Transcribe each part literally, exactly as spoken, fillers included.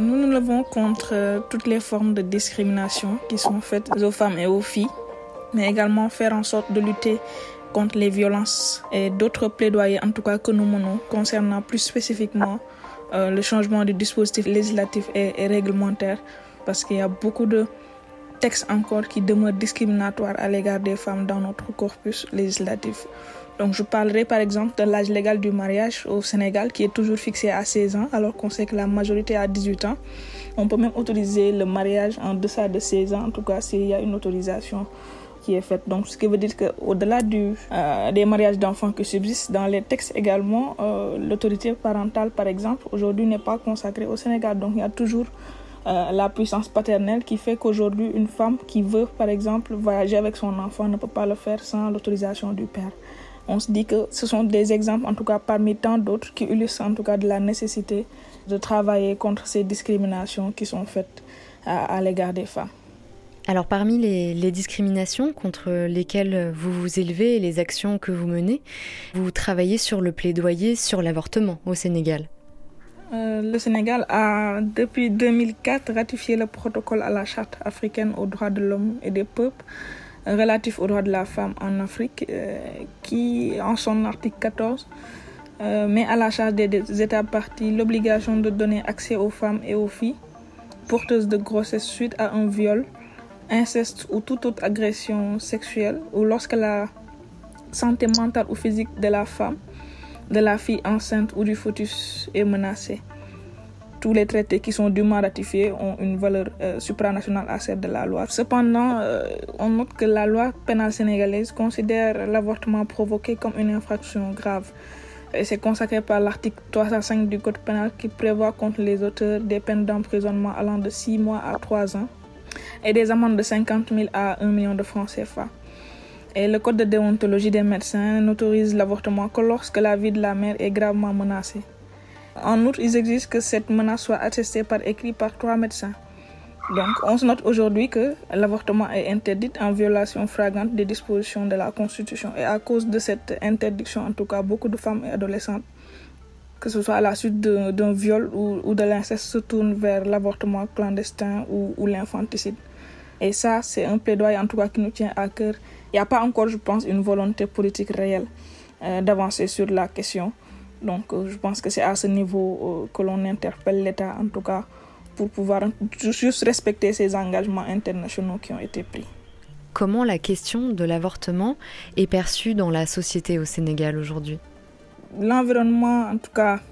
Nous nous levons contre toutes les formes de discrimination qui sont faites aux femmes et aux filles, mais également faire en sorte de lutter contre les violences et d'autres plaidoyers, en tout cas que nous menons, concernant plus spécifiquement euh, le changement du dispositif législatif et, et réglementaire, parce qu'il y a beaucoup de textes encore qui demeurent discriminatoires à l'égard des femmes dans notre corpus législatif. Donc je parlerai par exemple de l'âge légal du mariage au Sénégal qui est toujours fixé à seize ans alors qu'on sait que la majorité a dix-huit ans. On peut même autoriser le mariage en deçà de seize ans, en tout cas s'il y a une autorisation qui est faite. Donc ce qui veut dire qu'au-delà du, euh, des mariages d'enfants qui subsistent dans les textes également, euh, l'autorité parentale par exemple aujourd'hui n'est pas consacrée au Sénégal. Donc il y a toujours euh, la puissance paternelle qui fait qu'aujourd'hui une femme qui veut par exemple voyager avec son enfant ne peut pas le faire sans l'autorisation du père. On se dit que ce sont des exemples, en tout cas parmi tant d'autres, qui illustrent en tout cas de la nécessité de travailler contre ces discriminations qui sont faites à, à l'égard des femmes. Alors parmi les, les discriminations contre lesquelles vous vous élevez et les actions que vous menez, vous travaillez sur le plaidoyer sur l'avortement au Sénégal. Euh, le Sénégal a depuis deux mille quatre ratifié le protocole à la Charte africaine aux droits de l'homme et des peuples relatif aux droits de la femme en Afrique, euh, qui, en son article quatorze, euh, met à la charge des, des États parties l'obligation de donner accès aux femmes et aux filles porteuses de grossesse suite à un viol, inceste ou toute autre agression sexuelle, ou lorsque la santé mentale ou physique de la femme, de la fille enceinte ou du fœtus est menacée. Tous les traités qui sont dûment ratifiés ont une valeur euh, supranationale à celle de la loi. Cependant, euh, on note que la loi pénale sénégalaise considère l'avortement provoqué comme une infraction grave. Et c'est consacré par l'article trois cent cinq du Code pénal qui prévoit contre les auteurs des peines d'emprisonnement allant de six mois à trois ans et des amendes de cinquante mille à un million de francs C F A. Et le Code de déontologie des médecins n'autorise l'avortement que lorsque la vie de la mère est gravement menacée. En outre, il exige que cette menace soit attestée par écrit par trois médecins. Donc, on se note aujourd'hui que l'avortement est interdit en violation flagrante des dispositions de la Constitution. Et à cause de cette interdiction, en tout cas, beaucoup de femmes et adolescentes, que ce soit à la suite de, d'un viol ou, ou de l'inceste, se tournent vers l'avortement clandestin ou, ou l'infanticide. Et ça, c'est un plaidoyer, en tout cas, qui nous tient à cœur. Il n'y a pas encore, je pense, une volonté politique réelle euh, d'avancer sur la question. Donc, euh, je pense que c'est à ce niveau euh, que l'on interpelle l'État, en tout cas, pour pouvoir juste respecter ces engagements internationaux qui ont été pris. Comment la question de l'avortement est perçue dans la société au Sénégal aujourd'hui ? L'environnement, en tout cas,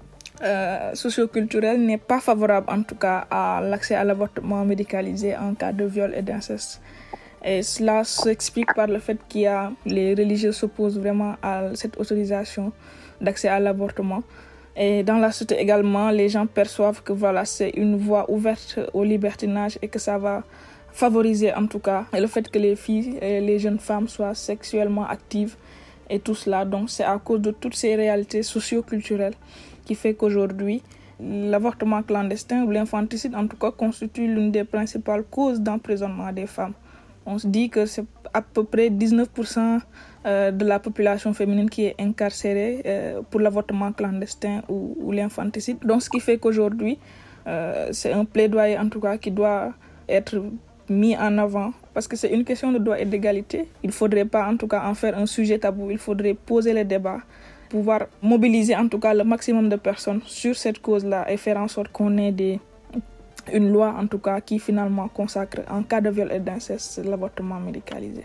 euh, socio-culturel n'est pas favorable, en tout cas, à l'accès à l'avortement médicalisé en cas de viol et d'inceste. Et cela s'explique par le fait qu'il y a les religieux s'opposent vraiment à cette autorisation d'accès à l'avortement. Et dans la société également, les gens perçoivent que voilà, c'est une voie ouverte au libertinage et que ça va favoriser en tout cas le fait que les filles et les jeunes femmes soient sexuellement actives et tout cela. Donc c'est à cause de toutes ces réalités socio-culturelles qui fait qu'aujourd'hui, l'avortement clandestin ou l'infanticide en tout cas constitue l'une des principales causes d'emprisonnement des femmes. On se dit que c'est à peu près dix-neuf pour cent de la population féminine qui est incarcérée pour l'avortement clandestin ou, ou l'infanticide. Donc ce qui fait qu'aujourd'hui, euh, c'est un plaidoyer en tout cas qui doit être mis en avant parce que c'est une question de droit et d'égalité. Il ne faudrait pas en tout cas en faire un sujet tabou, il faudrait poser les débats, pouvoir mobiliser en tout cas le maximum de personnes sur cette cause-là et faire en sorte qu'on ait des... une loi en tout cas qui finalement consacre en cas de viol et d'inceste l'avortement médicalisé.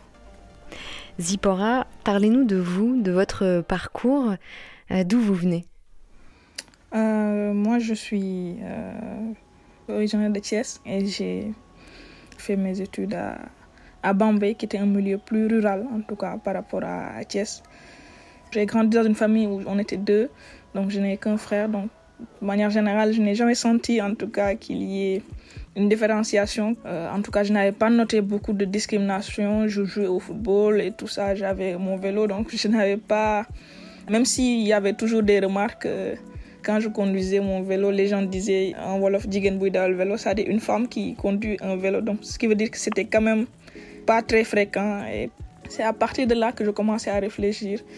Zipporah, parlez-nous de vous, de votre parcours, euh, d'où vous venez ? euh, Moi je suis euh, originaire de Thiès et j'ai fait mes études à, à Bambey qui était un milieu plus rural en tout cas par rapport à, à Thiès. J'ai grandi dans une famille où on était deux, donc je n'ai qu'un frère, donc de manière générale, je n'ai jamais senti en tout cas qu'il y ait une différenciation. Euh, en tout cas, je n'avais pas noté beaucoup de discrimination. Je jouais au football et tout ça. J'avais mon vélo, donc je n'avais pas... Même s'il y avait toujours des remarques, euh, quand je conduisais mon vélo, les gens disaient en wolof, jigen buy dawal vélo, c'est-à-dire une femme qui conduit un vélo. Donc, ce qui veut dire que c'était quand même pas très fréquent. Et c'est à partir de là que je commençais à réfléchir.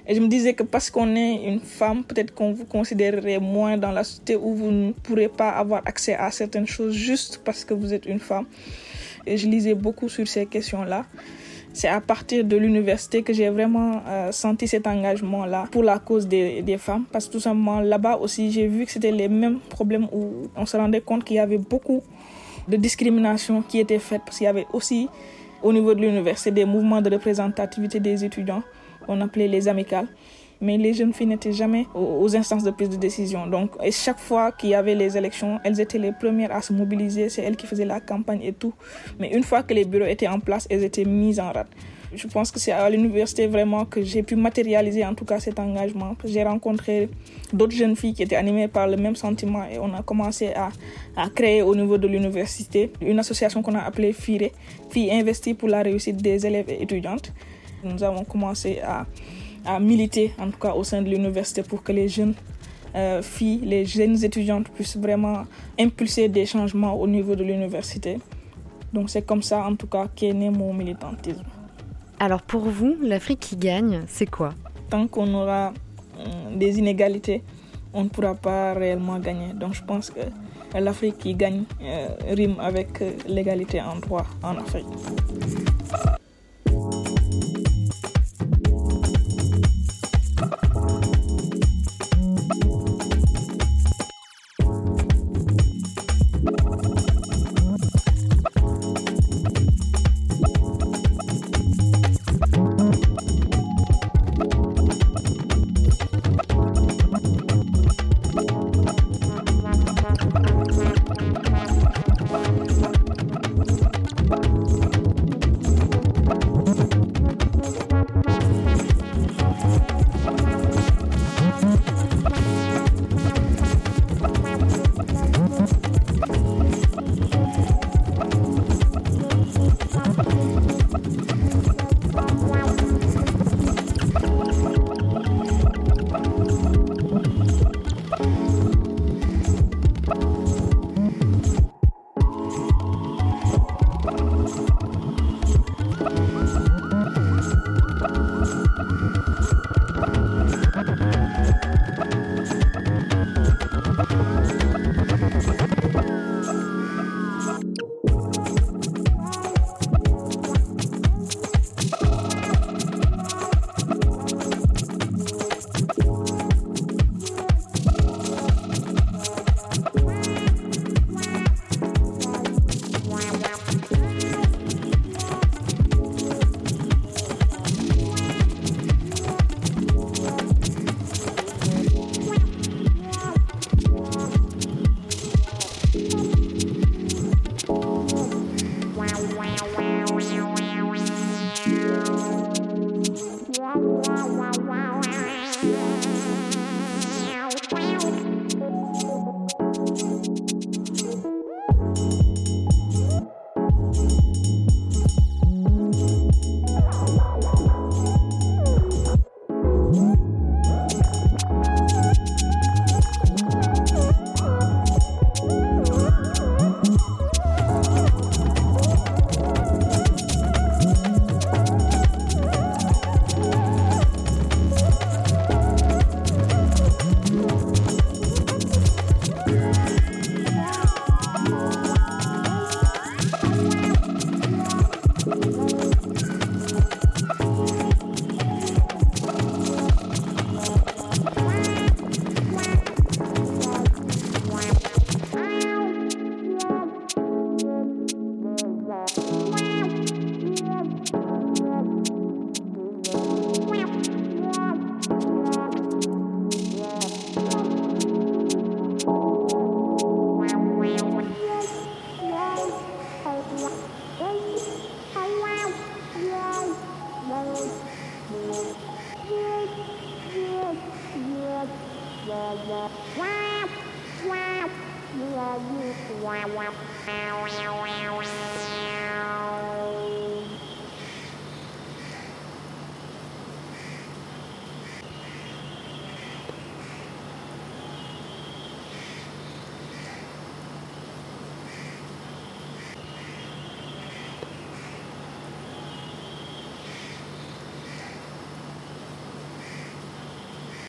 Et je me disais que parce qu'on est une femme, peut-être qu'on vous considérerait moins dans la société où vous ne pourrez pas avoir accès à certaines choses juste parce que vous êtes une femme. Et je lisais beaucoup sur ces questions-là. C'est à partir de l'université que j'ai vraiment euh, senti cet engagement-là pour la cause des, des femmes. Parce que tout simplement, là-bas aussi, j'ai vu que c'était les mêmes problèmes où on se rendait compte qu'il y avait beaucoup de discrimination qui étaient faites. Parce qu'il y avait aussi, au niveau de l'université, des mouvements de représentativité des étudiants, qu'on appelait les amicales. Mais les jeunes filles n'étaient jamais aux instances de prise de décision. Donc, et chaque fois qu'il y avait les élections, elles étaient les premières à se mobiliser. C'est elles qui faisaient la campagne et tout. Mais une fois que les bureaux étaient en place, elles étaient mises en rade. Je pense que c'est à l'université vraiment que j'ai pu matérialiser en tout cas cet engagement. J'ai rencontré d'autres jeunes filles qui étaient animées par le même sentiment et on a commencé à, à créer au niveau de l'université une association qu'on a appelée FIRE, Filles investies pour la réussite des élèves et étudiantes. Nous avons commencé à à militer en tout cas au sein de l'université pour que les jeunes euh, filles, les jeunes étudiantes puissent vraiment impulser des changements au niveau de l'université. Donc c'est comme ça en tout cas qu'est né mon militantisme. Alors pour vous, l'Afrique qui gagne, c'est quoi? Tant qu'on aura euh, des inégalités, on ne pourra pas réellement gagner. Donc je pense que l'Afrique qui gagne euh, rime avec euh, l'égalité en droit en Afrique. Wow.